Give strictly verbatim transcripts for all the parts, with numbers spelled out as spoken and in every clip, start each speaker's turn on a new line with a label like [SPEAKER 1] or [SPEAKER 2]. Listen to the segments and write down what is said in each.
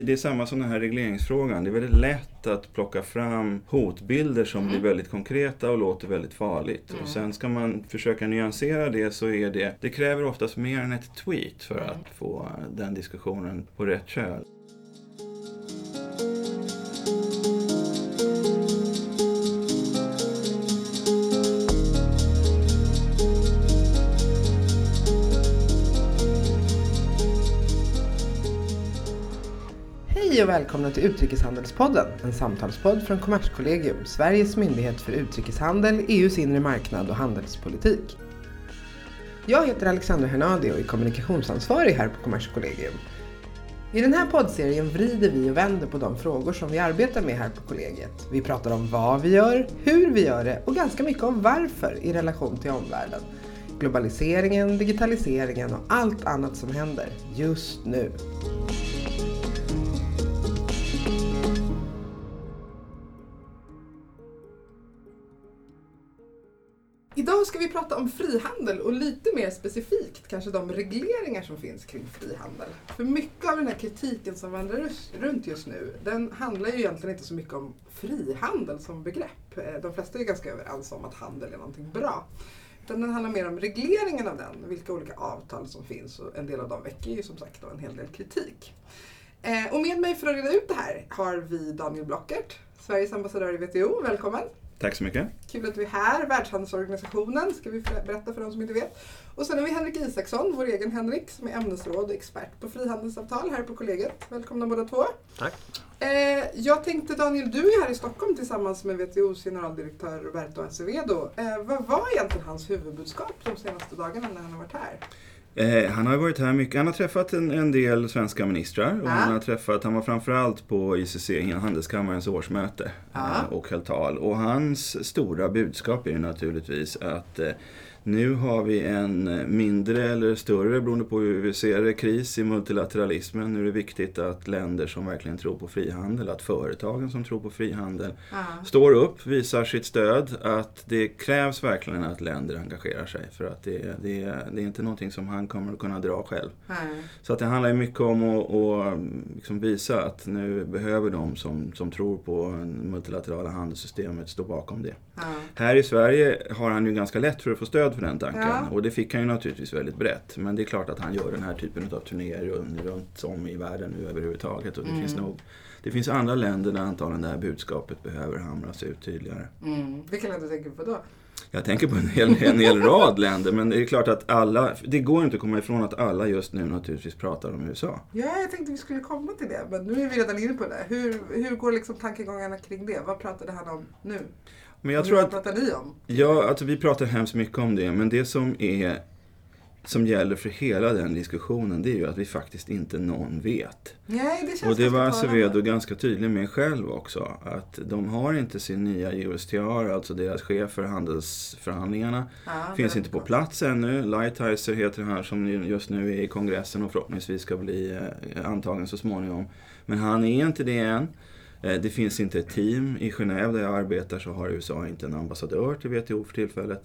[SPEAKER 1] Det är samma som den här regleringsfrågan. Det är väldigt lätt att plocka fram hotbilder som mm. blir väldigt konkreta och låter väldigt farligt. Mm. Och sen ska man försöka nyansera det, så är det, det kräver oftast mer än ett tweet för att få den diskussionen på rätt köl.
[SPEAKER 2] Hej och välkomna till Utrikeshandelspodden, en samtalspodd från Kommerskollegium, Sveriges myndighet för utrikeshandel, E U:s inre marknad och handelspolitik. Jag heter Alexandra Hernadi och är kommunikationsansvarig här på Kommerskollegium. I den här poddserien vrider vi och vänder på de frågor som vi arbetar med här på kollegiet. Vi pratar om vad vi gör, hur vi gör det och ganska mycket om varför i relation till omvärlden. Globaliseringen, digitaliseringen och allt annat som händer just nu. Idag ska vi prata om frihandel och lite mer specifikt kanske de regleringar som finns kring frihandel. För mycket av den här kritiken som vandrar runt just nu, den handlar ju egentligen inte så mycket om frihandel som begrepp. De flesta är ganska överens om att handel är någonting bra. Utan den handlar mer om regleringen av den, vilka olika avtal som finns, och en del av dem väcker ju som sagt då en hel del kritik. Och med mig för att reda ut det här har vi Daniel Blockert, Sveriges ambassadör i W T O. Välkommen!
[SPEAKER 1] Tack så mycket.
[SPEAKER 2] Kul att du är här. Världshandelsorganisationen ska vi berätta för de som inte vet. Och sen har vi Henrik Isaksson, vår egen Henrik, som är ämnesråd och expert på frihandelsavtal här på kollegiet. Välkomna båda två.
[SPEAKER 3] Tack.
[SPEAKER 2] Eh, jag tänkte Daniel, du är här i Stockholm tillsammans med W T O:s generaldirektör Roberto Azevedo. Eh, vad var egentligen hans huvudbudskap de senaste dagarna när han har varit här?
[SPEAKER 1] Eh, han har varit här mycket. Han har träffat en, en del svenska ministrar. Och
[SPEAKER 2] ah.
[SPEAKER 1] han, har träffat, han var framförallt på I C C, Handelskammarens årsmöte
[SPEAKER 2] ah.
[SPEAKER 1] eh, och höll tal. Och hans stora budskap är naturligtvis att eh, nu har vi en mindre eller större, beroende på hur vi ser det, kris i multilateralismen. Nu är det viktigt att länder som verkligen tror på frihandel, att företagen som tror på frihandel
[SPEAKER 2] ah.
[SPEAKER 1] står upp, visar sitt stöd. Att det krävs verkligen att länder engagerar sig, för att det, det, det är inte någonting som han kommer att kunna dra själv.
[SPEAKER 2] Mm.
[SPEAKER 1] Så att det handlar mycket om att, att liksom visa att nu behöver de som, som tror på multilaterala handelssystemet stå bakom det.
[SPEAKER 2] Mm.
[SPEAKER 1] Här i Sverige har han ju ganska lätt för att få stöd för den tanken.
[SPEAKER 2] Ja.
[SPEAKER 1] Och det fick han ju naturligtvis väldigt brett. Men det är klart att han gör den här typen av turnéer runt, runt om i världen nu överhuvudtaget. Och det,
[SPEAKER 2] mm.
[SPEAKER 1] finns nog, det finns andra länder där antagligen det här budskapet behöver hamras ut tydligare.
[SPEAKER 2] Mm. Vilka länder tänker du på då?
[SPEAKER 1] Jag tänker på en hel, en hel rad länder, men det är klart att alla, det går inte att komma ifrån att alla just nu naturligtvis pratar om U S A.
[SPEAKER 2] Ja, jag tänkte vi skulle komma till det, men nu är vi redan inne på det. Hur, hur går liksom tankegångarna kring det? Vad pratade han om nu?
[SPEAKER 1] Men jag
[SPEAKER 2] och
[SPEAKER 1] tror
[SPEAKER 2] vad
[SPEAKER 1] att,
[SPEAKER 2] pratar ni om?
[SPEAKER 1] Ja, alltså vi pratar hemskt mycket om det, men det som är som gäller för hela den diskussionen, det är ju att vi faktiskt inte någon vet.
[SPEAKER 2] Nej, det känns
[SPEAKER 1] och det var
[SPEAKER 2] ganska
[SPEAKER 1] Azevedo ganska tydlig med själv också, att de har inte sin nya U S T R, alltså deras chef för handelsförhandlingarna,
[SPEAKER 2] ja,
[SPEAKER 1] finns inte på plats ännu. Lighthizer heter han som just nu är i kongressen och förhoppningsvis ska bli antagen så småningom. Men han är inte det än. Det finns inte ett team i Genève där jag arbetar, så har U S A inte en ambassadör till W T O för tillfället.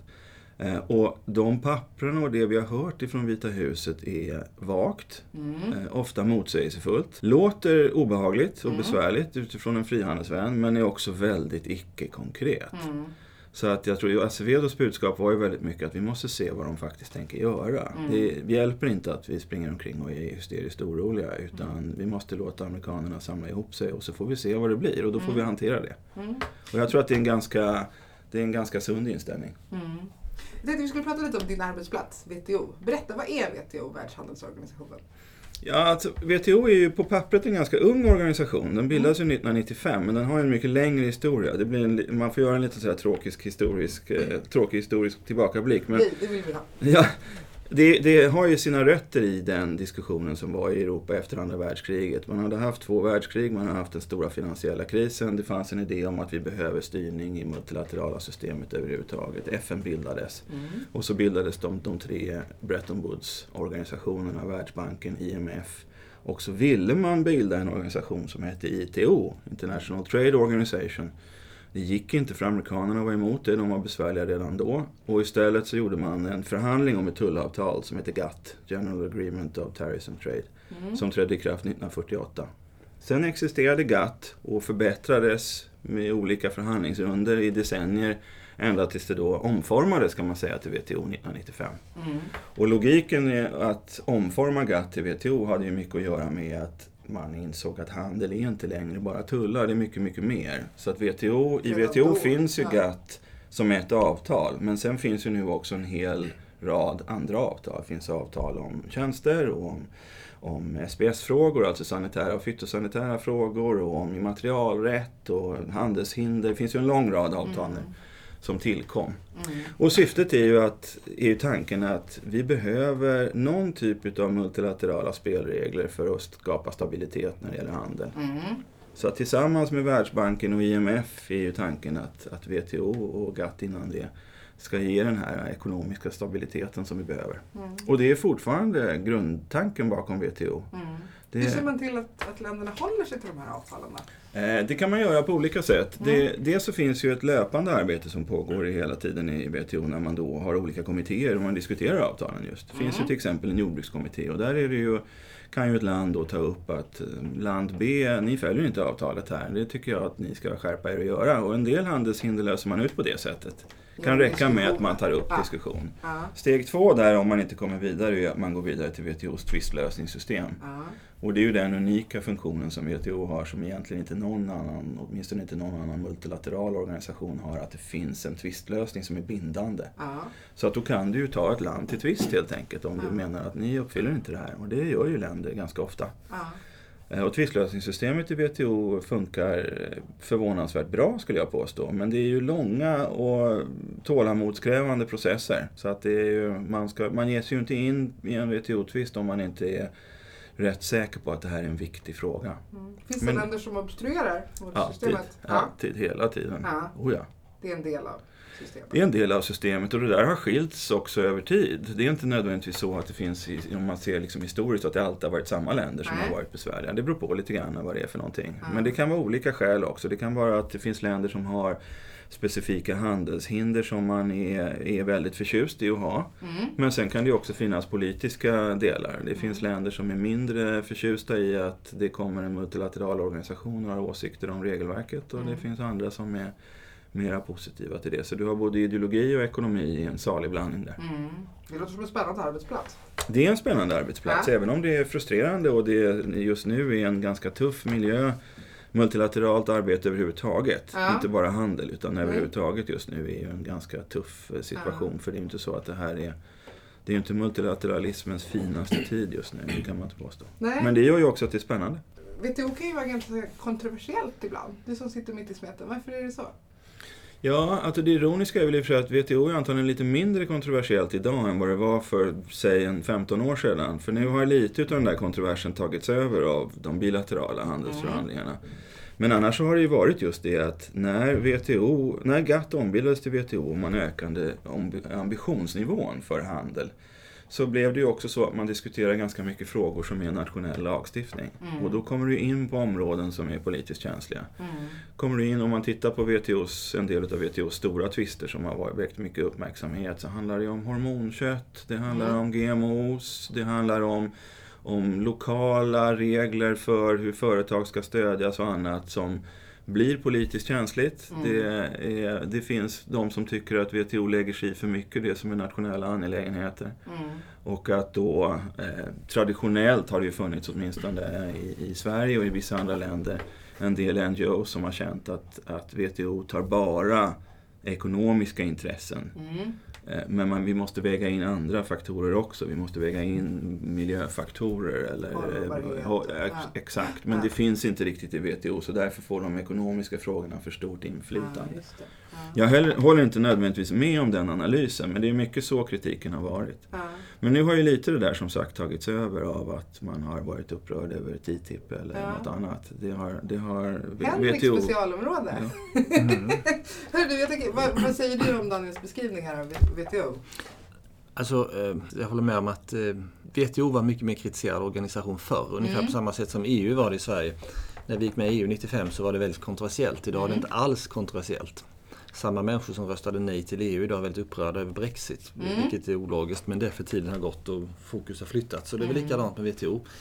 [SPEAKER 1] Och de papperna och det vi har hört ifrån Vita huset är vagt,
[SPEAKER 2] mm.
[SPEAKER 1] ofta motsägelsefullt. Låter obehagligt och
[SPEAKER 2] mm.
[SPEAKER 1] besvärligt utifrån en frihandelsvän, men är också väldigt icke-konkret.
[SPEAKER 2] Mm.
[SPEAKER 1] Så att jag tror att Azevedos budskap var ju väldigt mycket att vi måste se vad de faktiskt tänker göra.
[SPEAKER 2] Mm.
[SPEAKER 1] Det hjälper inte att vi springer omkring och är hysteriskt oroliga, utan mm. vi måste låta amerikanerna samla ihop sig och så får vi se vad det blir och då får mm. vi hantera det.
[SPEAKER 2] Mm.
[SPEAKER 1] Och jag tror att det är en ganska, det är en ganska sund inställning.
[SPEAKER 2] Mm. Jag tänkte vi skulle prata lite om din arbetsplats, W T O. Berätta, vad är W T O, Världshandelsorganisationen?
[SPEAKER 1] Ja, alltså, W T O är ju på pappret en ganska ung organisation. Den bildades mm. ju nittonhundranittiofem, men den har ju en mycket längre historia. Det blir en, man får göra en lite så här tråkig historisk, eh, tråkig historisk tillbakablick. Men,
[SPEAKER 2] det, det vill vi ha.
[SPEAKER 1] Ja, det, det har ju sina rötter i den diskussionen som var i Europa efter andra världskriget. Man hade haft två världskrig, man har haft den stora finansiella krisen. Det fanns en idé om att vi behöver styrning i multilaterala systemet överhuvudtaget. F N bildades. Mm. Och så bildades de, de tre Bretton Woods-organisationerna, Världsbanken, I M F. Och så ville man bilda en organisation som hette I T O, International Trade Organization. Det gick inte för amerikanerna var emot det, de var besvärliga redan då. Och istället så gjorde man en förhandling om ett tullavtal som heter G A T T, General Agreement of Tariffs and Trade, mm. som trädde i kraft nittonhundrafyrtioåtta. Sen existerade GATT och förbättrades med olika förhandlingsrunder i decennier ända tills det då omformades, kan man säga, till W T O nittonhundranittiofem. Mm. Och logiken är att omforma GATT till W T O hade ju mycket att göra med att man insåg att handel är inte längre bara tullar, det är mycket, mycket mer. Så att W T O, i W T O finns ju GATT som ett avtal, men sen finns ju nu också en hel rad andra avtal. Det finns avtal om tjänster och om, om S B S-frågor, alltså sanitära och fytosanitära frågor, och om immaterialrätt och handelshinder. Det finns ju en lång rad avtal nu. Mm. Som tillkom. Mm. Och syftet är ju, att, är ju tanken att vi behöver någon typ av multilaterala spelregler för att skapa stabilitet när det gäller handel. Mm. Så att tillsammans med Världsbanken och I M F är ju tanken att, att W T O och GATT innan det ska ge den här ekonomiska stabiliteten som vi behöver. Mm. Och det är fortfarande grundtanken bakom W T O. Mm.
[SPEAKER 2] Det... Hur ser man till att, att länderna håller sig till de här avtalen då?
[SPEAKER 1] Det kan man göra på olika sätt. Mm. Det, dels så finns ju ett löpande arbete som pågår hela tiden i W T O när man då har olika kommittéer och man diskuterar avtalen just. Det finns mm. ju till exempel en jordbrukskommitté, och där är det ju, kan ju ett land då ta upp att land B, ni följer inte avtalet här. Det tycker jag att ni ska skärpa er att göra. Och en del handelshinder löser man ut på det sättet. Det kan räcka med att man tar upp ja. diskussion. Ja. Steg två där, om man inte kommer vidare, är att man går vidare till W T O:s tvistlösningssystem. Ja. Och det är ju den unika funktionen som W T O har, som egentligen inte någon annan, åtminstone inte någon annan multilateral organisation har, att det finns en tvistlösning som är bindande. Ja. Så att då kan du ju ta ett land till tvist helt enkelt om ja. du menar att ni uppfyller inte det här. Och det gör ju länder ganska ofta. Ja. Och tvistlösningssystemet i W T O funkar förvånansvärt bra, skulle jag påstå. Men det är ju långa och tålamodskrävande processer. Så att det är ju, man, ska, man ger sig ju inte in i en W T O-tvist om man inte är rätt säker på att det här är en viktig fråga.
[SPEAKER 2] Mm. Finns det Men, länder som obstruerar mot alltid, systemet?
[SPEAKER 1] Ja. Alltid, hela tiden. Ja. Oh ja.
[SPEAKER 2] Det är en del av systemet.
[SPEAKER 1] Det är en del av systemet, och det där har skilts också över tid. Det är inte nödvändigtvis så att det finns, om man ser liksom historiskt, att det alltid har varit samma länder som Nej. har varit besvärliga. Det beror på lite grann vad det är för någonting. Ja. Men det kan vara olika skäl också. Det kan vara att det finns länder som har specifika handelshinder som man är, är väldigt förtjust i att ha. Mm. Men sen kan det också finnas politiska delar. Det mm. finns länder som är mindre förtjusta i att det kommer en multilateral organisation och har åsikter om regelverket, och mm. det finns andra som är mera positiva till det. Så du har både ideologi och ekonomi i en salig blandning där. Mm.
[SPEAKER 2] Det låter som en spännande arbetsplats.
[SPEAKER 1] Det är en spännande arbetsplats, ja. även om det är frustrerande och det just nu är en ganska tuff miljö. Multilateralt arbete överhuvudtaget. Ja. Inte bara handel, utan mm. överhuvudtaget just nu är ju en ganska tuff situation. Ja. För det är ju inte så att det här är, det är ju inte multilateralismens finaste tid just nu, det kan man inte påstå. Nej. Men det gör ju också att det är spännande.
[SPEAKER 2] W T O kan ju vara ganska kontroversiellt ibland. Det som sitter mitt i smeten. Varför är det så?
[SPEAKER 1] Ja, alltså det ironiska är väl i och för sig att W T O är antagligen lite mindre kontroversiellt idag än vad det var för, säg, en femton år sedan. För nu har lite av den där kontroversen tagits över av de bilaterala handelsförhandlingarna. Mm. Men annars så har det ju varit just det att när W T O, när GATT ombildades till W T O och man ökade ambitionsnivån för handel, så blev det ju också så att man diskuterar ganska mycket frågor som är nationell lagstiftning. Mm. Och då kommer du in på områden som är politiskt känsliga. Mm. Kommer du in, om man tittar på W T O:s, en del av W T O:s stora twister som har väckt mycket uppmärksamhet, så handlar det om hormonkött, det handlar mm. om G M O's, det handlar om, om lokala regler för hur företag ska stödjas och annat som blir politiskt känsligt. Mm. Det, är, det finns de som tycker att W T O lägger sig för mycket det som är nationella angelägenheter. Mm. Och att då eh, traditionellt har det ju funnits åtminstone i, i Sverige och i vissa andra länder en del N G O's som har känt att, att W T O tar bara ekonomiska intressen. Mm. Men man, vi måste väga in andra faktorer också. Vi måste väga in miljöfaktorer. Eller, ja, exakt, men ja. det finns inte riktigt i W T O, så därför får de ekonomiska frågorna för stort inflytande. Ja, just det. Ja. Jag heller, håller inte nödvändigtvis med om den analysen, men det är mycket så kritiken har varit. Ja. Men nu har ju lite det där som sagt tagits över av att man har varit upprörd över T T I P eller ja. något annat. Det har, det har
[SPEAKER 2] W T O specialområde. Ja. Mm. Hör du, jag tänker, vad, vad säger du om Daniels beskrivning här av W T O?
[SPEAKER 3] Alltså, eh, jag håller med om att eh, W T O var mycket mer kritiserad organisation förr. Ungefär mm. på samma sätt som E U var det i Sverige. När vi gick med i E U nittiofem så var det väldigt kontroversiellt. Idag mm. är det inte alls kontroversiellt. Samma människor som röstade nej till E U idag är väldigt upprörda över Brexit. Mm. Vilket är ologiskt, men det för tiden har gått och fokus har flyttat. Så det är väl likadant med W T O.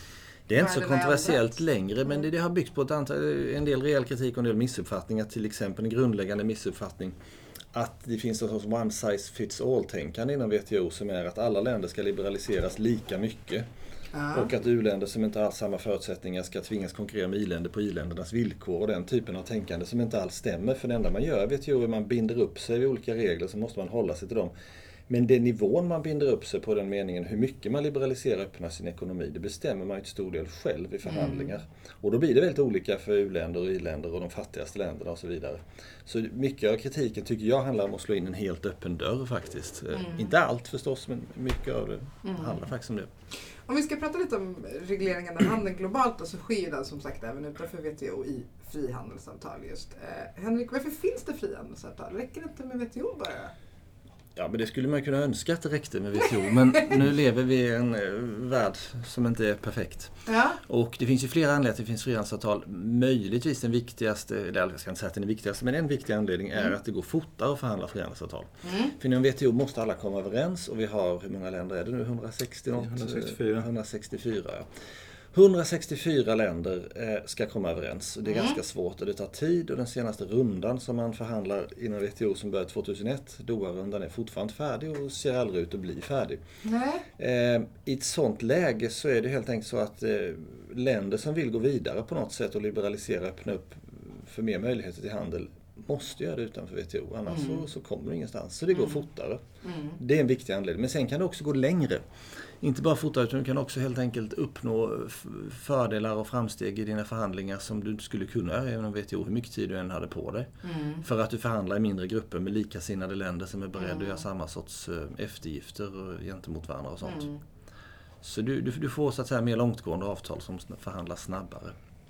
[SPEAKER 3] Det är inte så
[SPEAKER 2] det
[SPEAKER 3] kontroversiellt längre, men det, det har byggts på ett antal, en del reell kritik och en del missuppfattningar. Till exempel en grundläggande missuppfattning att det finns något som one size fits all-tänkande inom W T O som är att alla länder ska liberaliseras lika mycket. Ja. Och att u-länder som inte alls samma förutsättningar ska tvingas konkurrera med i-länder på i-ländernas villkor och den typen av tänkande som inte alls stämmer. För det enda man gör, W T O, är man binder upp sig vid olika regler så måste man hålla sig till dem. Men den nivån man binder upp sig på, den meningen hur mycket man liberaliserar och öppnar sin ekonomi, det bestämmer man ju till stor del själv i förhandlingar. Mm. Och då blir det väldigt olika för u-länder och i-länder och de fattigaste länderna och så vidare. Så mycket av kritiken tycker jag handlar om att slå in en helt öppen dörr faktiskt. Mm. Inte allt förstås, men mycket av det mm. handlar faktiskt om det.
[SPEAKER 2] Om vi ska prata lite om regleringen av handeln globalt då, så sker den som sagt även utanför W T O i frihandelsavtal just. Eh, Henrik, varför finns det frihandelsavtal? Räcker det inte med W T O bara?
[SPEAKER 3] Ja, men det skulle man kunna önska att det räckte med W T O. Men nu lever vi i en värld som inte är perfekt. Ja. Och det finns ju flera anledningar att det finns frihandelsavtal. Möjligtvis den viktigaste, eller jag ska inte säga att den är viktigaste, men en viktig anledning är mm. att det går fortare att förhandla frihandelsavtal. Mm. För inom W T O måste alla komma överens och vi har, hur många länder är det nu? hundrasextio?
[SPEAKER 1] hundrasextiofyra.
[SPEAKER 3] hundrasextiofyra, ja. hundrasextiofyra länder eh, ska komma överens. Det är mm. ganska svårt och det tar tid. Och den senaste rundan som man förhandlar inom W T O som började tjugohundraett, Doha-rundan, är fortfarande färdig och ser aldrig ut att bli färdig. Eh, I ett sånt läge så är det helt enkelt så att eh, länder som vill gå vidare på något sätt och liberalisera, öppna upp för mer möjligheter till handel måste göra det utanför W T O. Annars mm. så, så kommer det ingenstans. Så det går mm. fortare. Mm. Det är en viktig anledning. Men sen kan det också gå längre. Inte bara fortare, utan du kan också helt enkelt uppnå fördelar och framsteg i dina förhandlingar som du skulle kunna göra genom W T O, hur mycket tid du än hade på dig. Mm. För att du förhandlar i mindre grupper med likasinnade länder som är beredda mm. att göra samma sorts eftergifter gentemot varandra och sånt. Mm. Så du, du, du får så att säga mer långtgående avtal som förhandlas snabbare.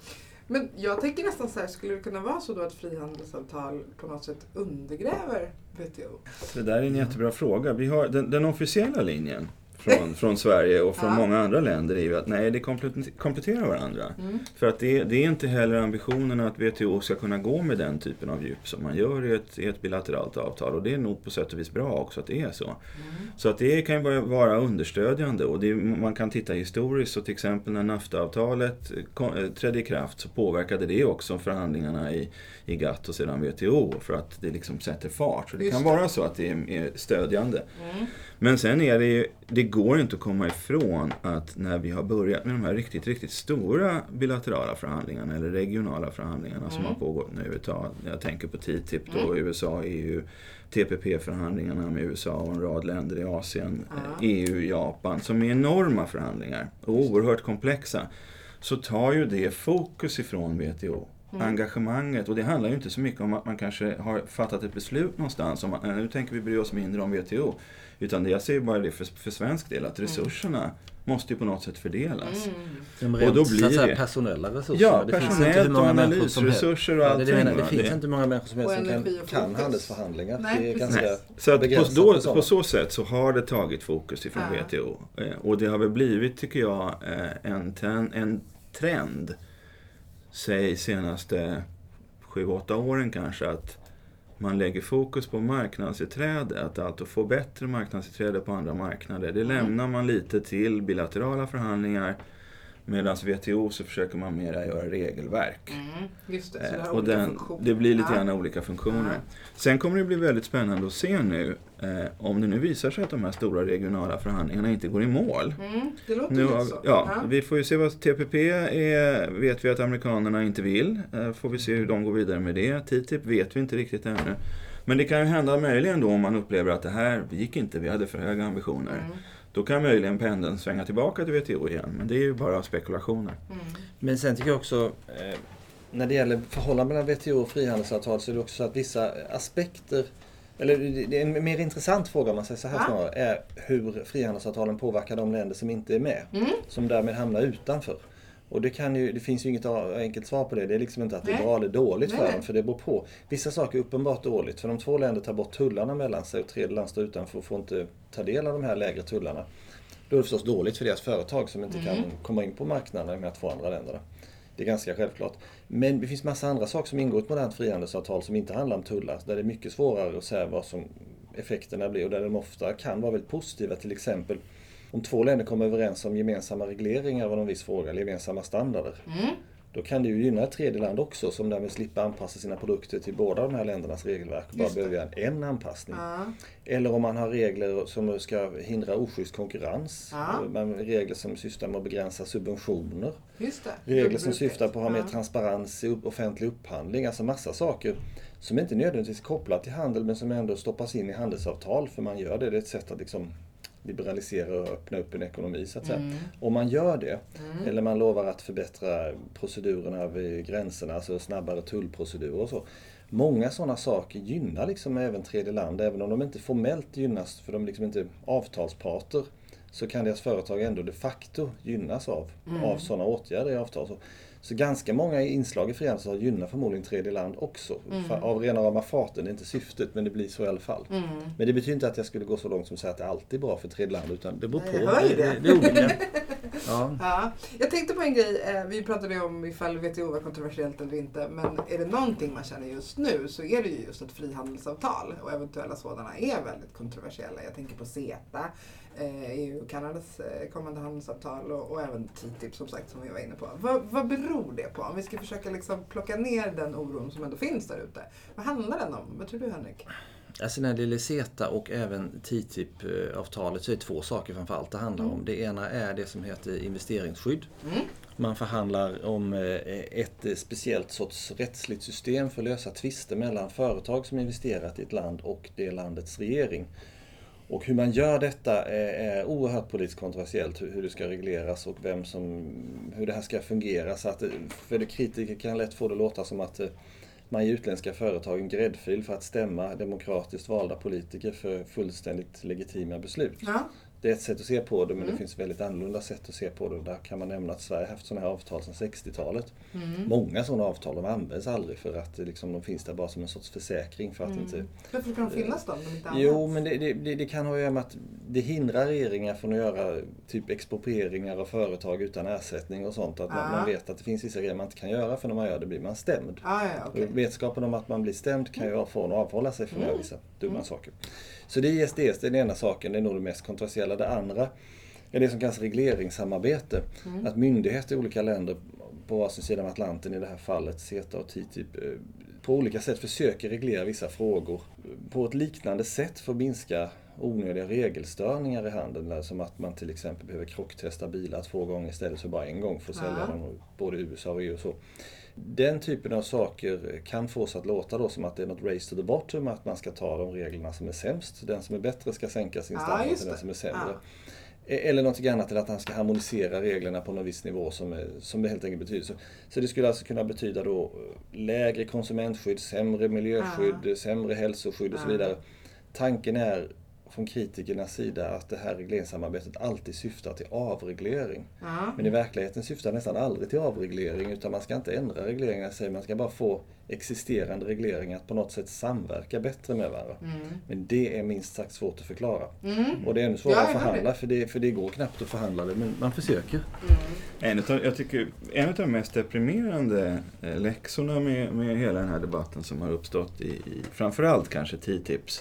[SPEAKER 2] Men jag tänker nästan så här, skulle det kunna vara så då att frihandelsavtal på något sätt undergräver W T O?
[SPEAKER 1] Det där är en jättebra fråga. Vi har den, den officiella linjen från, från Sverige och från ja. många andra länder är ju att nej, det kompletterar varandra. Mm. För att det, det är inte heller ambitionen att W T O ska kunna gå med den typen av djup som man gör i ett, i ett bilateralt avtal. Och det är nog på sätt och vis bra också att det är så. Mm. Så att det kan ju vara understödjande och det, man kan titta historiskt. Så till exempel när NAFTA-avtalet trädde i kraft så påverkade det också förhandlingarna i, i GATT och sedan W T O för att det liksom sätter fart. Så det Just kan det. vara så att det är, är stödjande. Mm. Men sen är det ju, det går inte att komma ifrån att när vi har börjat med de här riktigt, riktigt stora bilaterala förhandlingarna eller regionala förhandlingarna mm. som har pågått nu. Jag tänker på T T I P då, mm. U S A, E U, T P P-förhandlingarna med U S A och en rad länder i Asien, mm. E U, Japan, som är enorma förhandlingar och oerhört komplexa. Så tar ju det fokus ifrån W T O. Mm. Engagemanget, och det handlar ju inte så mycket om att man kanske har fattat ett beslut någonstans om att nu tänker vi bry oss mindre om W T O, utan det jag ser bara det för, för svensk del att resurserna mm. måste ju på något sätt fördelas.
[SPEAKER 3] Mm. Och då blir det personella resurser.
[SPEAKER 1] Ja, det personellt och analysresurser och allting.
[SPEAKER 3] Det, det, det finns inte många människor som helst som kan, kan handelsförhandlingar.
[SPEAKER 2] Nej,
[SPEAKER 3] det är ganska
[SPEAKER 1] Nej. Så att på, då, på så sätt så har det tagit fokus ifrån ja. W T O. Och det har väl blivit, tycker jag, en, ten, en trend säg senaste sju åtta åren kanske, att man lägger fokus på marknadsutträde, att alltså få bättre marknadsutträde på andra marknader. Det mm. lämnar man lite till bilaterala förhandlingar, medan W T O så försöker man mera göra regelverk.
[SPEAKER 2] Mm. Just det, så det,
[SPEAKER 1] och den, det blir lite ja. grann olika funktioner. Ja. Sen kommer det bli väldigt spännande att se nu eh, om det nu visar sig att de här stora regionala förhandlingarna inte går i mål.
[SPEAKER 2] Mm. Det låter
[SPEAKER 1] nu,
[SPEAKER 2] lite
[SPEAKER 1] så. Ja, ja, vi får ju se vad T P P är, vet vi att amerikanerna inte vill. Eh, får vi se hur de går vidare med det. T T I P vet vi inte riktigt ännu. Men det kan ju hända möjligen då om man upplever att det här gick inte, vi hade för höga ambitioner. Mm. Då kan möjligen pendeln svänga tillbaka till W T O igen. Men det är ju bara spekulationer. Mm.
[SPEAKER 3] Men sen tycker jag också, eh, när det gäller förhållanden mellan W T O och frihandelsavtal, så är det också så att vissa aspekter, eller det är en mer intressant fråga om man säger så här ja. snarare, är hur frihandelsavtalen påverkar de länder som inte är med. Mm. Som därmed hamnar utanför. Och det, kan ju, det finns ju inget enkelt svar på det. Det är liksom inte att det är bra eller dåligt Nej. för dem, för det beror på. Vissa saker är uppenbart dåligt. För om två länder tar bort tullarna mellan sig och tredje land står utanför och får inte ta del av de här lägre tullarna, då är det förstås dåligt för deras företag som inte mm. kan komma in på marknaden med de här två andra länderna. Det är ganska självklart. Men det finns massa andra saker som ingår i ett modernt frihandelsavtal som inte handlar om tullar. Där det är mycket svårare att säga vad som effekterna blir och där de ofta kan vara väldigt positiva. Till exempel Om två länder kommer överens om gemensamma regleringar av en viss fråga, eller gemensamma standarder, mm. då kan det ju gynna ett tredje land också som därmed slipper anpassa sina produkter till båda de här ländernas regelverk och bara behöver göra en anpassning. Ja. Eller om man har regler som ska hindra oschysst konkurrens, ja. regler som syftar med att begränsa subventioner,
[SPEAKER 2] Just det.
[SPEAKER 3] regler som syftar på att ha mer transparens i offentlig upphandling, alltså massa saker som inte nödvändigtvis är kopplat till handel men som ändå stoppas in i handelsavtal för man gör det, det är ett sätt att liksom liberalisera och öppna upp en ekonomi så att säga. Mm. Om man gör det, mm. eller man lovar att förbättra procedurerna vid gränserna, alltså snabbare tullprocedurer och så. Många sådana saker gynnar liksom även tredje land, även om de inte formellt gynnas för de är liksom inte avtalsparter, så kan deras företag ändå de facto gynnas av, mm. av sådana åtgärder i avtal. Så, så ganska många inslag i frihandelsavtal gynnar förmodligen tredje land också. Mm. Av rena rama farten, det är inte syftet men det blir så i alla fall. Mm. Men det betyder inte att jag skulle gå så långt som att säga att det alltid är bra för tredje land, utan det beror på.
[SPEAKER 2] Jag hör ju det.
[SPEAKER 3] det, det, det ja.
[SPEAKER 2] Ja. Jag tänkte på en grej, vi pratade om ifall W T O var kontroversiellt eller inte, men är det någonting man känner just nu så är det ju just att frihandelsavtal och eventuella sådana är väldigt kontroversiella. Jag tänker på CETA, E U och Kanadas kommande handelsavtal och, och även T T I P som sagt som vi var inne på. Vad, vad beror det på? Om vi ska försöka liksom plocka ner den oron som ändå finns där ute. Vad handlar den om? Vad tror du, Henrik?
[SPEAKER 3] Alltså när det gäller CETA och även T T I P-avtalet så är det två saker framförallt det handlar mm. om. Det ena är det som heter investeringsskydd. Mm. Man förhandlar om ett speciellt sorts rättsligt system för att lösa tvister mellan företag som investerat i ett land och det landets regering. Och hur man gör detta är, är oerhört politiskt kontroversiellt, hur, hur det ska regleras och vem som, hur det här ska fungera. Så att, för det kritiker kan lätt få det låta som att man ger utländska företag en gräddfil för att stämma demokratiskt valda politiker för fullständigt legitima beslut. Ja. Det är ett sätt att se på det, men mm. det finns väldigt annorlunda sätt att se på det. Där kan man nämna att Sverige har haft sådana här avtal sedan sextiotalet. Mm. Många sådana avtal de används aldrig för att liksom, de finns där bara som en sorts försäkring. För att mm. inte,
[SPEAKER 2] Varför kan de finnas då? De inte
[SPEAKER 3] jo, men det, det, det kan ha att göra med att det hindrar regeringar från att göra typ exproprieringar av företag utan ersättning och sånt. Att man, man vet att det finns vissa grejer man inte kan göra, för när man gör det blir man stämd.
[SPEAKER 2] Ah, ja, okay.
[SPEAKER 3] Vetskapen om att man blir stämd kan ju få en att avhålla sig från att göra vissa dumma mm. saker. Så det är just det, det är den ena saken, det är nog det mest kontroversiella. Det andra är det som kallas regleringssamarbete. Mm. Att myndigheter i olika länder på varsin sida av Atlanten, i det här fallet CETA och T T I P, på olika sätt försöker reglera vissa frågor på ett liknande sätt för att minska onödiga regelstörningar i handeln. Som att man till exempel behöver krocktesta bilar två gånger istället för bara en gång för att sälja ja. dem både i U S A och E U och så. Den typen av saker kan få oss att låta då som att det är något race to the bottom, att man ska ta de reglerna som är sämst. Den som är bättre ska sänka sin standard ja, till den som är sämre. Ja. Eller något annat, eller att han ska harmonisera reglerna på någon viss nivå som, är, som det helt enkelt betyder. Så, så det skulle alltså kunna betyda då lägre konsumentskydd, sämre miljöskydd, ja. sämre hälsoskydd och så vidare. Tanken är från kritikernas sida att det här regleringssamarbetet alltid syftar till avreglering. Ja. Men i verkligheten syftar nästan aldrig till avreglering, utan man ska inte ändra regleringar, man ska bara få existerande regleringar att på något sätt samverka bättre med varandra. Mm. Men det är minst sagt svårt att förklara. Mm. Och det är ännu svårare ja, att förhandla, för det, för det går knappt att förhandla det, men man försöker. Mm.
[SPEAKER 1] En av, jag tycker, en av de mest deprimerande eh, läxorna med, med hela den här debatten som har uppstått i, i framförallt kanske T T I Ps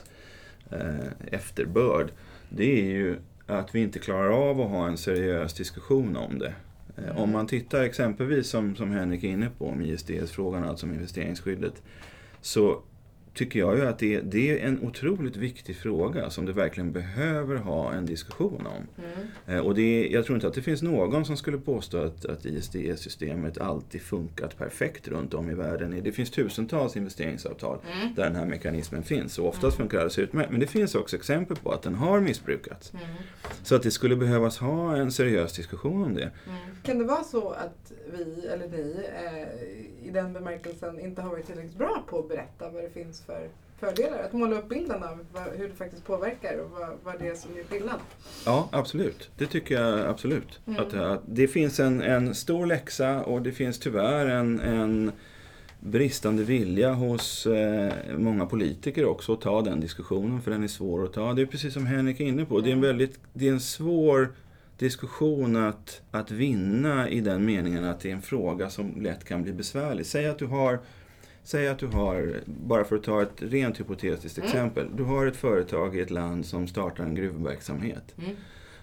[SPEAKER 1] efterbörd, det är ju att vi inte klarar av att ha en seriös diskussion om det. Mm. Om man tittar exempelvis som, som Henrik är inne på om I S D S-frågan, alltså om investeringsskyddet, så tycker jag ju att det, det är en otroligt viktig fråga som det verkligen behöver ha en diskussion om. Mm. Och det, jag tror inte att det finns någon som skulle påstå att, att I S D S-systemet alltid funkat perfekt runt om i världen. Det finns tusentals investeringsavtal mm. där den här mekanismen finns, och oftast mm. funkar det ut med. Men det finns också exempel på att den har missbrukats. Mm. Så att det skulle behövas ha en seriös diskussion om det.
[SPEAKER 2] Mm. Kan det vara så att vi, eller ni, eh, i den bemärkelsen inte har varit tillräckligt bra på att berätta vad det finns för fördelar? Att måla upp bilden av vad, hur det faktiskt påverkar och vad, vad det är som är skillnad?
[SPEAKER 1] Ja, absolut. Det tycker jag absolut. Mm. Att, att det finns en, en stor läxa, och det finns tyvärr en, en bristande vilja hos eh, många politiker också att ta den diskussionen, för den är svår att ta. Det är precis som Henrik är inne på. Mm. Det är en väldigt, det är en svår diskussion att, att vinna i den meningen att det är en fråga som lätt kan bli besvärlig. Säg att du har, säg att du har, bara för att ta ett rent hypotetiskt mm. exempel, du har ett företag i ett land som startar en gruvverksamhet. Mm.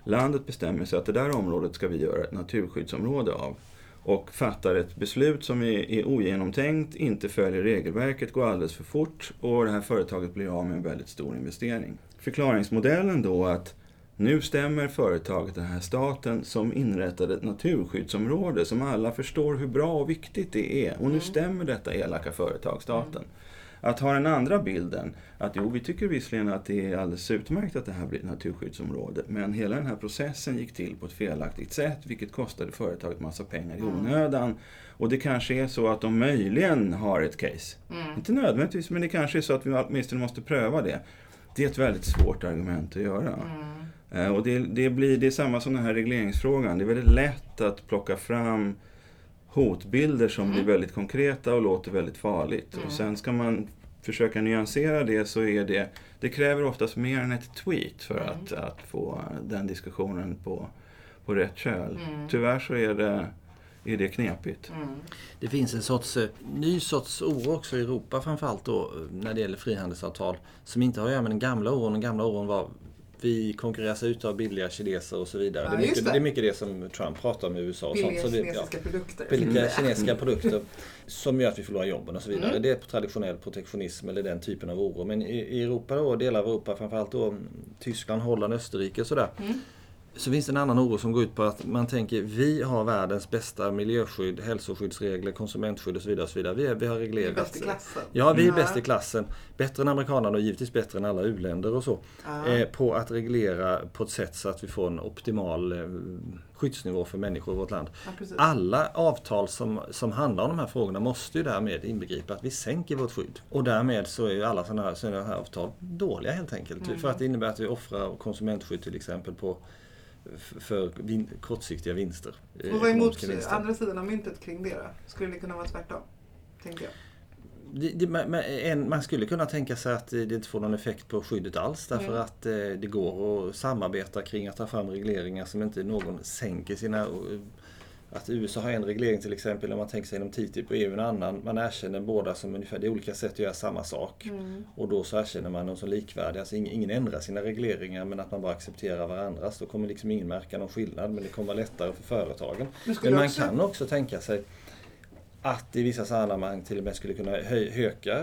[SPEAKER 1] landet bestämmer sig att det där området ska vi göra ett naturskyddsområde av. Och fattar ett beslut som är, är ogenomtänkt, inte följer regelverket, går alldeles för fort och det här företaget blir av med en väldigt stor investering. Förklaringsmodellen då att nu stämmer företaget, den här staten, som inrättade ett naturskyddsområde som alla förstår hur bra och viktigt det är. Och nu stämmer detta elaka företag, staten. Att ha den andra bilden, att jo, vi tycker visserligen att det är alldeles utmärkt att det här blir ett naturskyddsområde, men hela den här processen gick till på ett felaktigt sätt, vilket kostade företaget massa pengar i onödan. Och det kanske är så att de möjligen har ett case. Mm. Inte nödvändigtvis, men det kanske är så att vi åtminstone måste pröva det. Det är ett väldigt svårt argument att göra. Mm. Uh, och det, det, blir, det är samma som den här regleringsfrågan. Det är väldigt lätt att plocka fram hotbilder som mm. blir väldigt konkreta och låter väldigt farligt. Mm. Och sen ska man försöka nyansera det, så är det, det kräver oftast mer än ett tweet för mm. att, att få den diskussionen på, på rätt köl. Mm. Tyvärr så är det, är det knepigt. Mm.
[SPEAKER 3] Det finns en sorts, ny sorts oro också i Europa, framförallt då när det gäller frihandelsavtal, som inte har att göra med den gamla oron. Den gamla oron var vi konkurreras ut av billiga kineser och så vidare.
[SPEAKER 2] Ja,
[SPEAKER 3] det, är mycket,
[SPEAKER 2] det.
[SPEAKER 3] det är mycket det som Trump pratar om i U S A. Och
[SPEAKER 2] billiga
[SPEAKER 3] sånt. Så
[SPEAKER 2] kinesiska
[SPEAKER 3] vi, ja,
[SPEAKER 2] produkter.
[SPEAKER 3] Billiga kinesiska produkter som gör att vi förlorar jobben och så vidare.
[SPEAKER 2] Mm.
[SPEAKER 3] Det är traditionell protektionism eller den typen av oro. Men i, i Europa då, delar av Europa, framförallt då Tyskland, Holland, Österrike och sådär. Mm. Så finns det en annan oro som går ut på att man tänker vi har världens bästa miljöskydd, hälsoskyddsregler, konsumentskydd och så vidare. Och så vidare. Vi, vi har reglerat.
[SPEAKER 2] Vi är bäst i klassen.
[SPEAKER 3] Ja, vi är bäst i klassen. Bättre än amerikanerna och givetvis bättre än alla u-länder och så. Eh, på att reglera på ett sätt så att vi får en optimal eh, skyddsnivå för människor i vårt land.
[SPEAKER 2] Ja,
[SPEAKER 3] alla avtal som, som handlar om de här frågorna måste ju därmed inbegripa att vi sänker vårt skydd. Och därmed så är ju alla sådana här, sådana här avtal dåliga helt enkelt. Mm. För att det innebär att vi offrar konsumentskydd till exempel på för vin- kortsiktiga vinster.
[SPEAKER 2] Och vad är emot andra sidan av myntet kring det då? Skulle det kunna vara tvärtom, tänker jag?
[SPEAKER 3] Det, det, man, en, man skulle kunna tänka sig att det inte får någon effekt på skyddet alls, därför mm. att eh, det går att samarbeta kring att ta fram regleringar som inte någon sänker sina... Att U S A har en reglering till exempel, när man tänker sig inom T T I P och E U en annan. Man erkänner båda som ungefär, det är olika sätt att göra samma sak. Mm. Och då så erkänner man dem som likvärdiga. Alltså ingen, ingen ändrar sina regleringar, men att man bara accepterar varandras. Då kommer liksom ingen märka någon skillnad, men det kommer vara lättare för företagen. Men, men man också... kan också tänka sig att i vissa sammanhang till och med skulle kunna hö- öka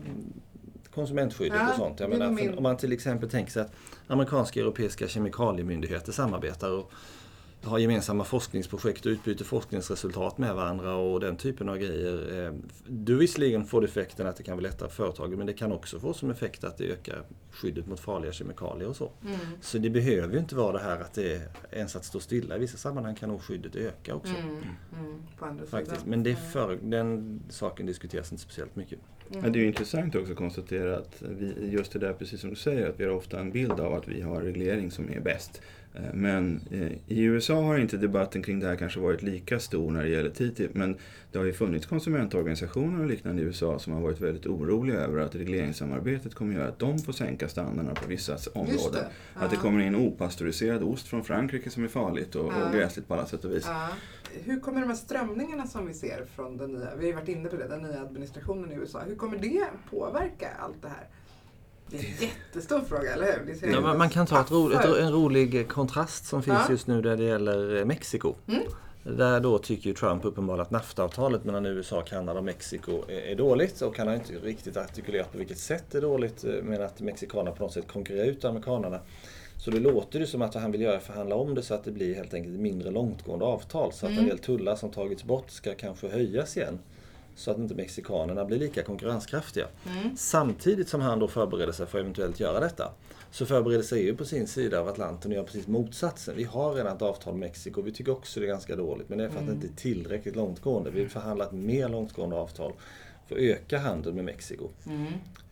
[SPEAKER 3] konsumentskyddet ja, och sånt. Jag menar, min... Om man till exempel tänker sig att amerikanska och europeiska kemikaliemyndigheter samarbetar och har gemensamma forskningsprojekt och utbyter forskningsresultat med varandra och den typen av grejer. Du visserligen får effekten att det kan bli lättare för företagen, men det kan också få som effekt att det ökar skyddet mot farliga kemikalier och så. Mm. Så det behöver ju inte vara det här att det är ens att stå stilla. I vissa sammanhang kan nog skyddet öka också. Mm.
[SPEAKER 2] Mm. På andra
[SPEAKER 3] Faktiskt. Men det för, den saken diskuteras inte speciellt mycket.
[SPEAKER 1] Mm. Ja, det är ju intressant också att konstatera att vi, just det där, precis som du säger, att vi har ofta en bild av att vi har reglering som är bäst. Men i U S A har inte debatten kring det här kanske varit lika stor när det gäller T T I P, men det har ju funnits konsumentorganisationer och liknande i U S A som har varit väldigt oroliga över att regleringssamarbetet kommer göra att de får sänka standarderna på vissa områden. Det. Att det kommer in opastöriserad ost från Frankrike som är farligt och, och gräsligt på alla sätt och vis.
[SPEAKER 2] Ja. Hur kommer de här strömningarna som vi ser från den nya, vi har ju varit inne på det, den nya administrationen i U S A, hur kommer det påverka allt det här? Det är en jättestor fråga, eller hur? Det
[SPEAKER 3] ja, man, man kan ta ett ro, ett, en rolig kontrast som finns ja. just nu där det gäller Mexiko. Mm. Där då tycker ju Trump uppenbarligen att NAFTA-avtalet mellan U S A, Kanada och Mexiko är, är dåligt. Och han har inte riktigt artikulerat på vilket sätt det är dåligt, men att mexikanerna på något sätt konkurrerar ut amerikanerna. Så det låter ju som att han vill göra förhandla om det så att det blir helt enkelt mindre långtgående avtal. Så att mm. en del tullar som tagits bort ska kanske höjas igen. Så att inte mexikanerna blir lika konkurrenskraftiga. Mm. Samtidigt som han då förbereder sig för att eventuellt göra detta, så förbereder sig E U på sin sida av Atlanten och gör precis motsatsen. Vi har redan ett avtal med Mexiko, vi tycker också det är ganska dåligt, men det är för att mm. det inte är tillräckligt långtgående. Vi vill förhandla ett mer långtgående avtal för att öka handeln med Mexiko. Mm.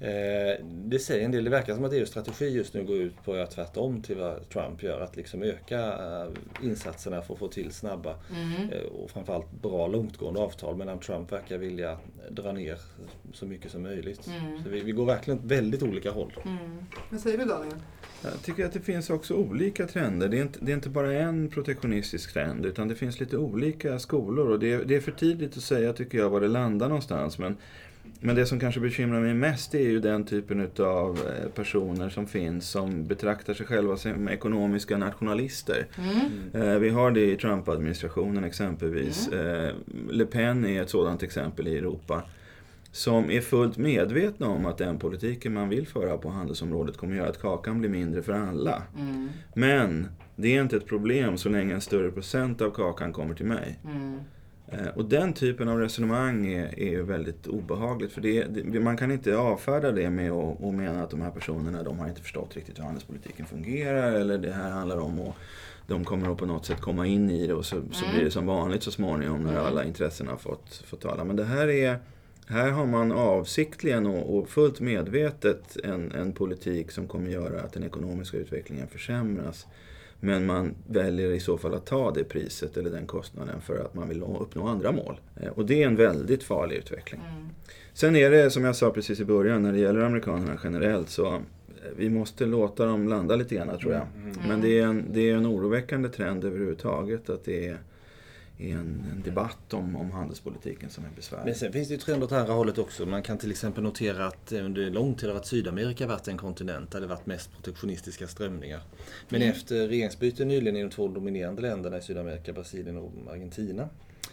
[SPEAKER 3] Eh, det säger en del, det verkar som att E U:s strategi just nu går ut på att göra tvärtom till vad Trump gör, att liksom öka uh, insatserna för att få till snabba mm. eh, och framförallt bra långtgående avtal, medan Trump verkar vilja dra ner så mycket som möjligt. Mm. Så vi, vi går verkligen åt väldigt olika håll.
[SPEAKER 2] Mm. Vad säger du, Daniel?
[SPEAKER 1] Jag tycker att det finns också olika trender. Det är inte, det är inte bara en protektionistisk trend, utan det finns lite olika skolor. Och det är, det är för tidigt att säga, tycker jag, var det landar någonstans. Men Men det som kanske bekymrar mig mest är ju den typen av personer som finns som betraktar sig själva som ekonomiska nationalister. Mm. Vi har det i Trump-administrationen exempelvis. Mm. Le Pen är ett sådant exempel i Europa. Som är fullt medvetna om att den politiken man vill föra på handelsområdet kommer göra att kakan blir mindre för alla. Mm. Men det är inte ett problem så länge en större procent av kakan kommer till mig. Mm. Och den typen av resonemang är, är ju väldigt obehagligt. För det, det, man kan inte avfärda det med att, att mena att de här personerna de har inte förstått riktigt hur handelspolitiken fungerar. Eller det här handlar om att de kommer att på något sätt komma in i det och så, så blir det som vanligt så småningom när alla intressen har fått, fått tala. Men det här är... Här har man avsiktligen och, och fullt medvetet en, en politik som kommer göra att den ekonomiska utvecklingen försämras. Men man väljer i så fall att ta det priset eller den kostnaden för att man vill uppnå andra mål. Och det är en väldigt farlig utveckling. Mm. Sen är det, som jag sa precis i början, när det gäller amerikanerna generellt så vi måste låta dem landa lite grann tror jag. Mm. Men det är, en, det är en oroväckande trend överhuvudtaget att det är En, en debatt om, om handelspolitiken som är besvärlig.
[SPEAKER 3] Men sen finns det ju trender åt andra hållet också. Man kan till exempel notera att under lång tid har varit Sydamerika varit en kontinent där det varit mest protektionistiska strömningar. Men mm. efter regeringsbyte nyligen i de två dominerande länderna i Sydamerika, Brasilien och Argentina,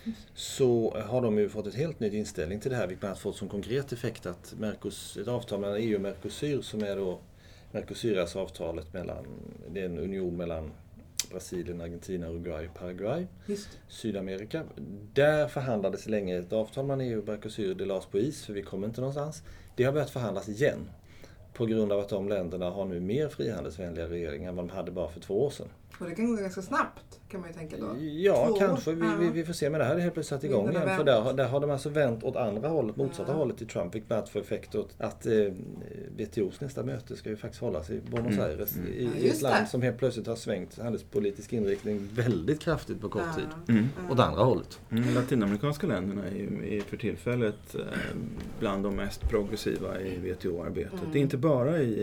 [SPEAKER 3] så har de ju fått ett helt nytt inställning till det här, vilket har fått som konkret effekt att Mercos, ett avtal mellan E U och Mercosur, som är då Mercosuras-avtalet mellan, det är en union mellan Brasilien, Argentina, Uruguay och Paraguay. Just. Sydamerika. Där förhandlades länge ett avtal mellan E U och Mercosur. Det lades på is för vi kommer inte någonstans. Det har börjat förhandlas igen. På grund av att de länderna har nu mer frihandelsvänliga regeringar än vad de hade bara för två år sedan.
[SPEAKER 2] Och det kan gå ganska snabbt kan man ju tänka då.
[SPEAKER 3] Ja, två kanske. Vi, vi, vi får se. Men det här är helt plötsligt satt igång igen. För där, där har de alltså vänt åt andra hållet, motsatta ja. hållet i Trump. Vilket börjat få effekt åt att eh, W T O:s nästa möte ska ju faktiskt hållas i Buenos mm. Aires. Mm. I, ja, i ett land som helt plötsligt har svängt handelspolitisk inriktning väldigt kraftigt på kort ja. tid. Mm. Åt andra hållet.
[SPEAKER 1] Mm. Latinamerikanska länderna är ju är för tillfället eh, bland de mest progressiva i W T O-arbetet. Mm. Det är inte bara i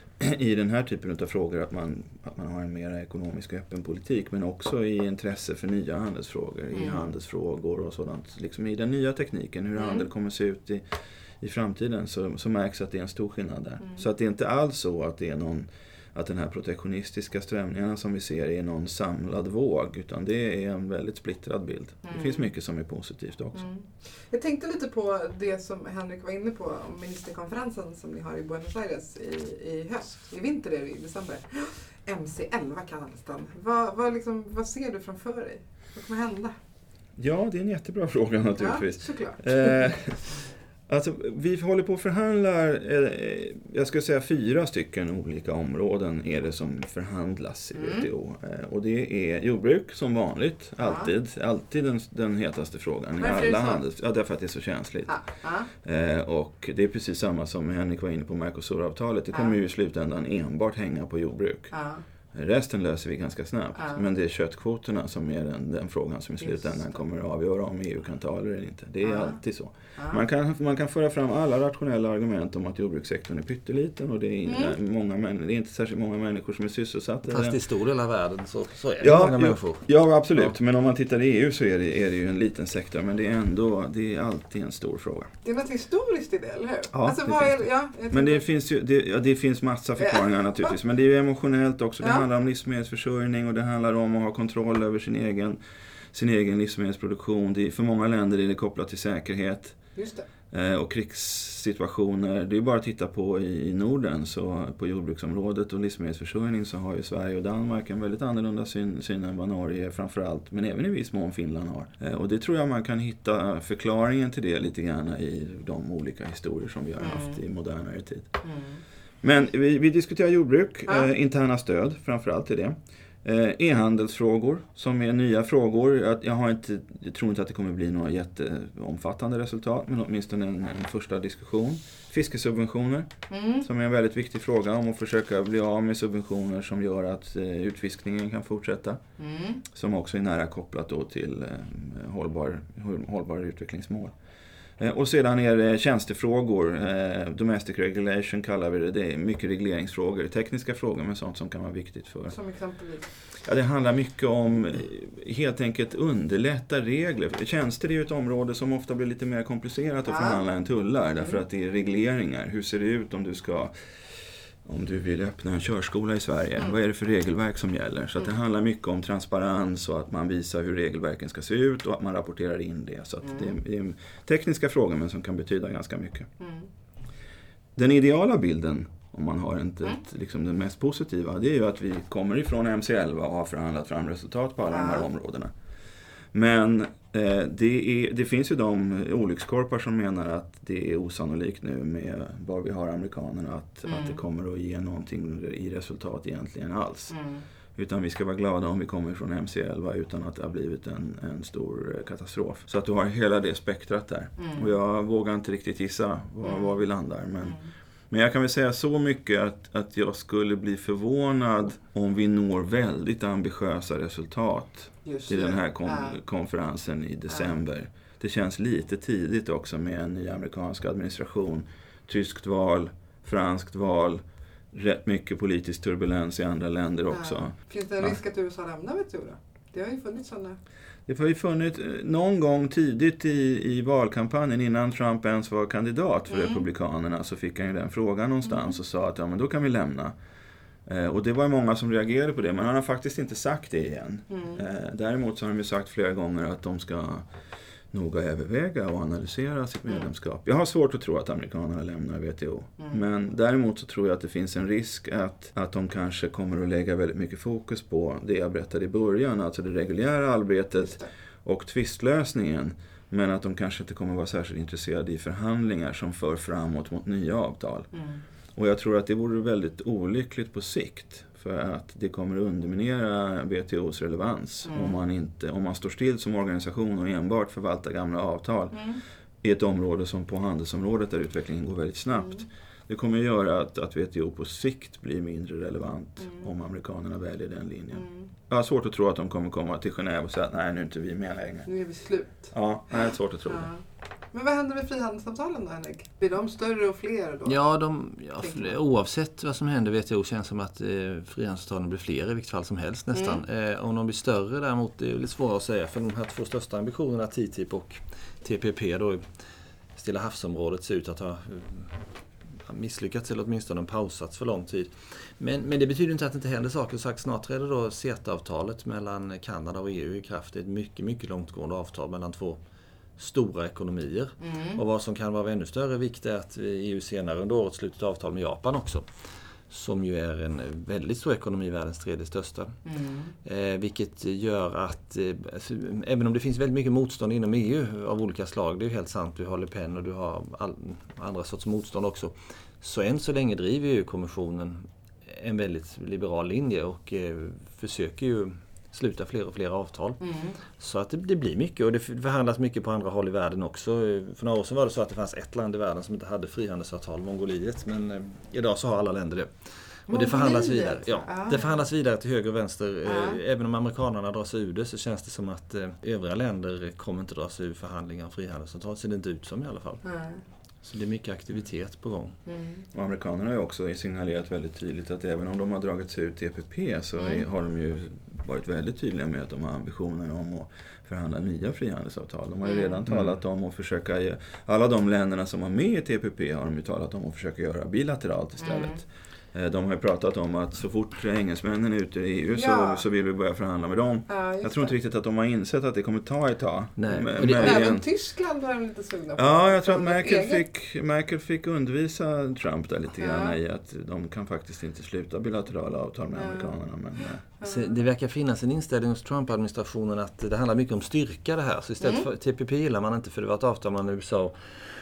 [SPEAKER 1] i den här typen av frågor att man, att man har en mer ekonomisk och öppen politik, men också i intresse för nya handelsfrågor, mm. i handelsfrågor och sådant. Liksom i den nya tekniken, hur mm. handel kommer se ut i, i framtiden, så, så märks att det är en stor skillnad där. Mm. Så att det är inte alls så att det är någon, att den här protektionistiska strömningarna som vi ser är någon samlad våg, utan det är en väldigt splittrad bild. Mm. Det finns mycket som är positivt också. Mm.
[SPEAKER 2] Jag tänkte lite på det som Henrik var inne på om ministerkonferensen som ni har i Buenos Aires i, i höst, i vinter är det i december. M C elva kallas den. Vad, vad, liksom, vad ser du framför dig? Vad kommer hända?
[SPEAKER 1] Ja, det är en jättebra fråga naturligtvis.
[SPEAKER 2] Ja, såklart.
[SPEAKER 1] Eh, Alltså, vi håller på att förhandla, eh, jag skulle säga fyra stycken olika områden är det som förhandlas i W T O. Mm. Eh, och det är jordbruk som vanligt, alltid. Ja. Alltid den, den hetaste frågan.
[SPEAKER 2] Varför
[SPEAKER 1] i alla handels, ja, därför att det är så känsligt.
[SPEAKER 2] Ja. Ja.
[SPEAKER 1] Eh, och det är precis samma som Henrik var inne på Mercosur-avtalet. Det kommer ja. ju i slutändan enbart hänga på jordbruk. Ja. Resten löser vi ganska snabbt. Ja. Men det är köttkvoterna som är den, den frågan som i slutändan kommer att avgöra om E U kan ta eller inte. Det är ja. alltid så. Ja. Man, kan, man kan föra fram alla rationella argument om att jordbrukssektorn är pytteliten och det är, mm. många, det är inte särskilt många människor som är sysselsatta.
[SPEAKER 3] Fast i stor del av världen så, så är det
[SPEAKER 1] ja,
[SPEAKER 3] många
[SPEAKER 1] ja,
[SPEAKER 3] människor.
[SPEAKER 1] Ja, absolut. Ja. Men om man tittar i E U så är det, är det ju en liten sektor. Men det är ändå det är alltid en stor fråga.
[SPEAKER 2] Det är något historiskt i det, eller hur?
[SPEAKER 1] Ja,
[SPEAKER 2] alltså,
[SPEAKER 1] det
[SPEAKER 2] vad
[SPEAKER 1] finns
[SPEAKER 2] är, ja,
[SPEAKER 1] men det finns ju det, ja, det finns massa förklaringar naturligtvis. Men det är ju emotionellt också. Det ja. handlar om livsmedelsförsörjning och det handlar om att ha kontroll över sin egen, sin egen livsmedelsproduktion. Det är, för många länder är det kopplat till säkerhet.
[SPEAKER 2] Just det.
[SPEAKER 1] Och krigssituationer. Det är bara att titta på i Norden, så på jordbruksområdet och livsmedelsförsörjning så har ju Sverige och Danmark en väldigt annorlunda syn, syn än vad Norge framförallt, men även i viss mån Finland har. Och det tror jag man kan hitta förklaringen till det lite grann i de olika historier som vi har haft i modernare tid. Mm. Men vi, vi diskuterar jordbruk, ja. eh, interna stöd framförallt i det. Eh, e-handelsfrågor som är nya frågor. Jag, jag, har inte, jag tror inte att det kommer bli några jätteomfattande resultat, men åtminstone en, en första diskussion. Fiskesubventioner mm. som är en väldigt viktig fråga om att försöka bli av med subventioner som gör att eh, utfiskningen kan fortsätta. Mm. Som också är nära kopplat då till eh, hållbar, hållbar utvecklingsmål. Och sedan är det tjänstefrågor, domestic regulation kallar vi det, det är mycket regleringsfrågor, tekniska frågor men sånt som kan vara viktigt för.
[SPEAKER 2] Som exempelvis?
[SPEAKER 1] Ja, det handlar mycket om helt enkelt underlätta regler. Tjänster är ju ett område som ofta blir lite mer komplicerat att förhandla än tullar därför att det är regleringar. Hur ser det ut om du ska... Om du vill öppna en körskola i Sverige, mm. vad är det för regelverk som gäller? Så att det handlar mycket om transparens och att man visar hur regelverken ska se ut och att man rapporterar in det. Så att mm. det, är, det är tekniska frågor men som kan betyda ganska mycket. Mm. Den ideala bilden, om man har inte mm. ett, liksom den mest positiva, det är ju att vi kommer ifrån M C elva och har förhandlat fram resultat på alla mm. de här områdena. Men eh, det, är, det finns ju de olyckskorpar som menar att det är osannolikt nu med var vi har amerikanerna att, mm. att det kommer att ge någonting i resultat egentligen alls. Mm. Utan vi ska vara glada om vi kommer från M C elva utan att det har blivit en, en stor katastrof. Så att du har hela det spektrat där. Mm. Och jag vågar inte riktigt gissa var, mm. var vi landar. Men, mm. men jag kan väl säga så mycket att, att jag skulle bli förvånad om vi når väldigt ambitiösa resultat i den här kon- ja. konferensen i december. Ja. Det känns lite tidigt också med en ny amerikansk administration. Tyskt val, franskt val, rätt mycket politisk turbulens i andra länder också. Ja.
[SPEAKER 2] Finns det en risk ja. att U S A lämnar W T O då? Det har ju funnits sådana.
[SPEAKER 1] Det har ju funnits någon gång tidigt i, i valkampanjen innan Trump ens var kandidat för mm. Republikanerna så fick han ju den frågan någonstans mm. och sa att ja, men då kan vi lämna. Eh, och det var ju många som reagerade på det men han har faktiskt inte sagt det igen. Mm. Eh, däremot så har de ju sagt flera gånger att de ska noga överväga och analysera sitt medlemskap. Jag har svårt att tro att amerikanerna lämnar W T O. Mm. Men däremot så tror jag att det finns en risk att, att de kanske kommer att lägga väldigt mycket fokus på det jag berättade i början. Alltså det reguljära arbetet och tvistlösningen. Men att de kanske inte kommer att vara särskilt intresserade i förhandlingar som för framåt mot nya avtal. Mm. Och jag tror att det vore väldigt olyckligt på sikt. För att det kommer att underminera W T O:s relevans mm. om, man inte, om man står still som organisation och enbart förvaltar gamla avtal mm. i ett område som på handelsområdet där utvecklingen går väldigt snabbt. Mm. Det kommer att göra att, att W T O på sikt blir mindre relevant mm. om amerikanerna väljer den linjen. Mm. Jag har svårt att tro att de kommer komma till Genève och säga att nej, nu är inte vi med längre.
[SPEAKER 2] Nu är vi slut.
[SPEAKER 1] Ja, det är svårt att tro
[SPEAKER 2] ja.
[SPEAKER 1] det.
[SPEAKER 2] Men vad händer med frihandelsavtalen då, Henrik? Blir de större och fler då?
[SPEAKER 3] Ja, de, ja fler, oavsett vad som händer W T O känns som att eh, frihandelsavtalen blir fler i vilket fall som helst nästan. Mm. Eh, om de blir större däremot det är lite svårare att säga för de här två största ambitionerna T T I P och T P P då Stilla havsområdet ser ut att ha eh, misslyckats eller åtminstone pausats för lång tid. Men, men det betyder inte att det inte händer saker. Så snart träder då CETA-avtalet mellan Kanada och E U i kraft. Det är ett mycket, mycket långtgående avtal mellan två stora ekonomier. Mm. Och vad som kan vara av ännu större vikt är att E U senare under året slutit avtal med Japan också. Som ju är en väldigt stor ekonomi, världens tredje största. Mm. Eh, vilket gör att, eh, alltså, även om det finns väldigt mycket motstånd inom E U av olika slag, det är ju helt sant, du har Le Pen och du har all, andra sorts motstånd också. Så än så länge driver E U-kommissionen en väldigt liberal linje och eh, försöker ju sluta fler och fler avtal. Mm. Så att det, det blir mycket och det förhandlas mycket på andra håll i världen också. För några år sedan var det så att det fanns ett land i världen som inte hade frihandelsavtal, Mongoliet. Men eh, idag så har alla länder det. Och det förhandlas vidare. Ja, ah. det förhandlas vidare till höger och vänster. Ah. Eh, även om amerikanerna drar sig ur det så känns det som att eh, övriga länder kommer inte dra sig ur förhandlingar om frihandelsavtal. Ser det inte ut som i alla fall. Ah. Så det är mycket aktivitet på gång. Mm.
[SPEAKER 1] Och amerikanerna har ju också signalerat väldigt tydligt att även om de har dragit sig ur T P P så mm. har de ju varit väldigt tydliga med att de har ambitioner om att förhandla nya frihandelsavtal. De har ju redan mm. talat om att försöka, alla de länderna som har med i T P P har de ju talat om att försöka göra bilateralt istället. Mm. De har ju pratat om att så fort engelsmännen är ute i E U ja. så, så vill vi börja förhandla med dem. Ja, jag tror inte riktigt att de har insett att det kommer ta ett tag.
[SPEAKER 3] Nej.
[SPEAKER 2] Men, det, även Tyskland var de lite sugna på.
[SPEAKER 1] Ja, jag tror att Merkel fick, Merkel fick undervisa Trump där lite grann ja. i att de kan faktiskt inte sluta bilaterala avtal med ja. amerikanerna. Men,
[SPEAKER 3] ja. Så det verkar finnas en inställning hos Trump-administrationen att det handlar mycket om styrka det här. Så istället mm. för T P P gillar man inte för det var ett avtal med U S A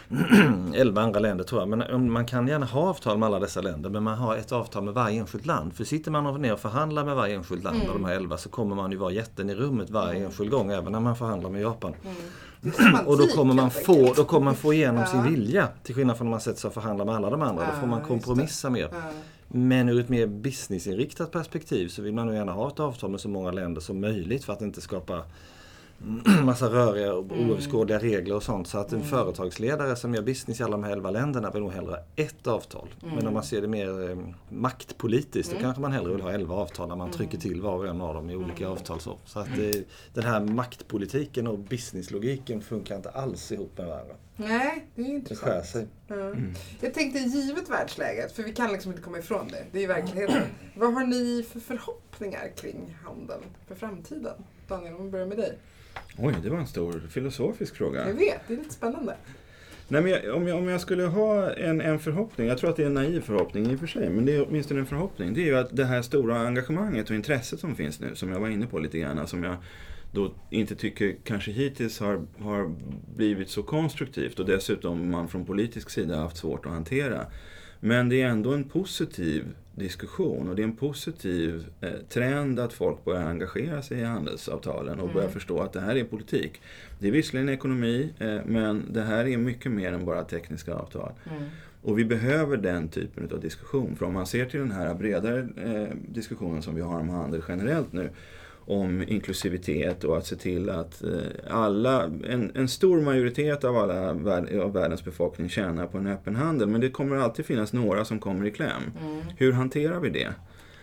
[SPEAKER 3] elva andra länder tror jag. Men man kan gärna ha avtal med alla dessa länder. Men man har ett avtal med varje enskilt land. För sitter man ner och förhandlar med varje enskilt land mm. av de här elva så kommer man ju vara jätten i rummet varje mm. enskild gång. Även när man förhandlar med Japan. Mm. Och då kommer man få, då kommer man få igenom ja. sin vilja. Till skillnad från när man sätter sig och förhandlar med alla de andra. Ja, då får man kompromissa mer. Ja. Men ur ett mer businessinriktat perspektiv så vill man nog gärna ha ett avtal med så många länder som möjligt för att inte skapa massa röriga och oöverskådliga regler och sånt. Så att en mm. företagsledare som gör business i alla de här elva länderna vill nog hellre ha ett avtal. Mm. Men om man ser det mer eh, maktpolitiskt mm. då kanske man hellre vill ha elva avtal när man mm. trycker till var och en av dem i olika mm. avtal. Så, så att eh, den här maktpolitiken och businesslogiken funkar inte alls ihop med varandra.
[SPEAKER 2] Nej, det är intressant.
[SPEAKER 3] Det skär sig.
[SPEAKER 2] Mm. Jag tänkte givet världsläget, för vi kan liksom inte komma ifrån det. Det är ju verkligheten. Vad har ni för förhoppningar kring handeln för framtiden? Daniel, om vi börjar med dig.
[SPEAKER 1] Oj, det var en stor filosofisk fråga.
[SPEAKER 2] Jag vet, det är lite spännande.
[SPEAKER 1] Nej, men jag, om, jag, om jag skulle ha en, en förhoppning, jag tror att det är en naiv förhoppning i och för sig, men det är åtminstone en förhoppning. Det är ju att det här stora engagemanget och intresset som finns nu, som jag var inne på lite grann, som jag då inte tycker kanske hittills har, har blivit så konstruktivt och dessutom man från politisk sida har haft svårt att hantera. Men det är ändå en positiv diskussion och det är en positiv eh, trend att folk börjar engagera sig i handelsavtalen och mm. börjar förstå att det här är politik. Det är visserligen ekonomi eh, men det här är mycket mer än bara tekniska avtal. Mm. Och vi behöver den typen av diskussion. För om man ser till den här bredare eh, diskussionen som vi har om handel generellt nu, om inklusivitet och att se till att alla, en, en stor majoritet av alla av världens befolkning tjänar på en öppen handel. Men det kommer alltid finnas några som kommer i kläm. Mm. Hur hanterar vi det?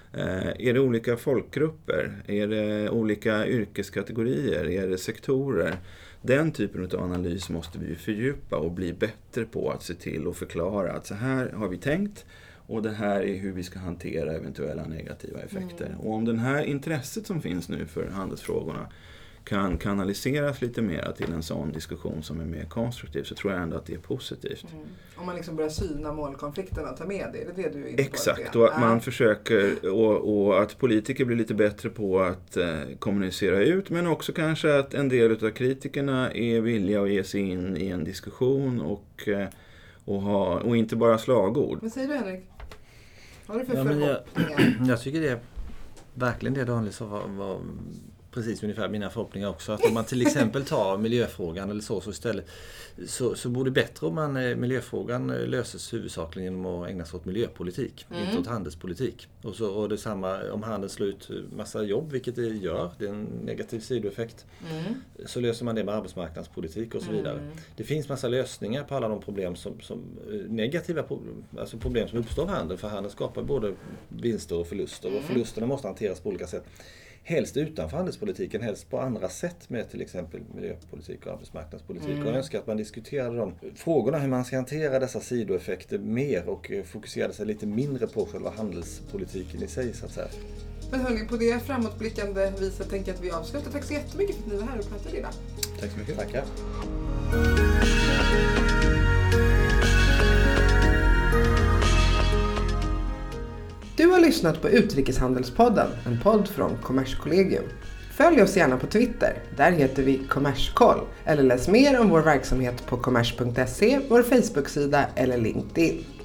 [SPEAKER 1] Eh, är det olika folkgrupper? Är det olika yrkeskategorier? Är det sektorer? Den typen av analys måste vi fördjupa och bli bättre på att se till och förklara att så här har vi tänkt. Och det här är hur vi ska hantera eventuella negativa effekter. Mm. Och om den här intresset som finns nu för handelsfrågorna kan kanaliseras lite mer till en sån diskussion som är mer konstruktiv, så tror jag ändå att det är positivt. Mm.
[SPEAKER 2] Om man liksom börjar syna målkonflikterna och ta med det, är det det du är inne på?
[SPEAKER 1] Exakt, och att ja. man försöker, och, och att politiker blir lite bättre på att eh, kommunicera ut, men också kanske att en del av kritikerna är villiga att ge sig in i en diskussion och, eh, och, ha, och inte bara slagord.
[SPEAKER 2] Vad säger du, Henrik? Vad har du för
[SPEAKER 3] ja,
[SPEAKER 2] förhoppningar?
[SPEAKER 3] Jag, jag tycker det är verkligen det Daniel sa var, var precis ungefär mina förhoppningar också. Att om man till exempel tar miljöfrågan eller så, så istället så, så borde det bättre om man miljöfrågan löses huvudsakligen genom att ägna sig åt miljöpolitik, mm. inte åt handelspolitik. Och, så, och detsamma om handeln slår ut massa jobb, vilket det gör, det är en negativ sidoeffekt. Mm. Så löser man det med arbetsmarknadspolitik och så vidare. Mm. Det finns massa lösningar på alla de problem som, som negativa problem, alltså problem som uppstår av handel, för handeln skapar både vinster och förluster, mm. och förlusterna måste hanteras på olika sätt. Helst utanför handelspolitiken, helst på andra sätt med till exempel miljöpolitik och arbetsmarknadspolitik. Mm. Och jag önskar att man diskuterade de frågorna, hur man ska hantera dessa sidoeffekter mer och fokuserade sig lite mindre på själva handelspolitiken i sig, så att säga.
[SPEAKER 2] Men hörni, på det framåtblickande viset tänker jag att vi avslutar. Tack så jättemycket för att ni var här och pratade idag.
[SPEAKER 1] Tack så mycket.
[SPEAKER 3] Tackar.
[SPEAKER 2] Du har lyssnat på Utrikeshandelspodden, en podd från Kommerskollegium. Följ oss gärna på Twitter, där heter vi Kommerskoll. Eller läs mer om vår verksamhet på kommers punkt se, vår Facebook-sida eller LinkedIn.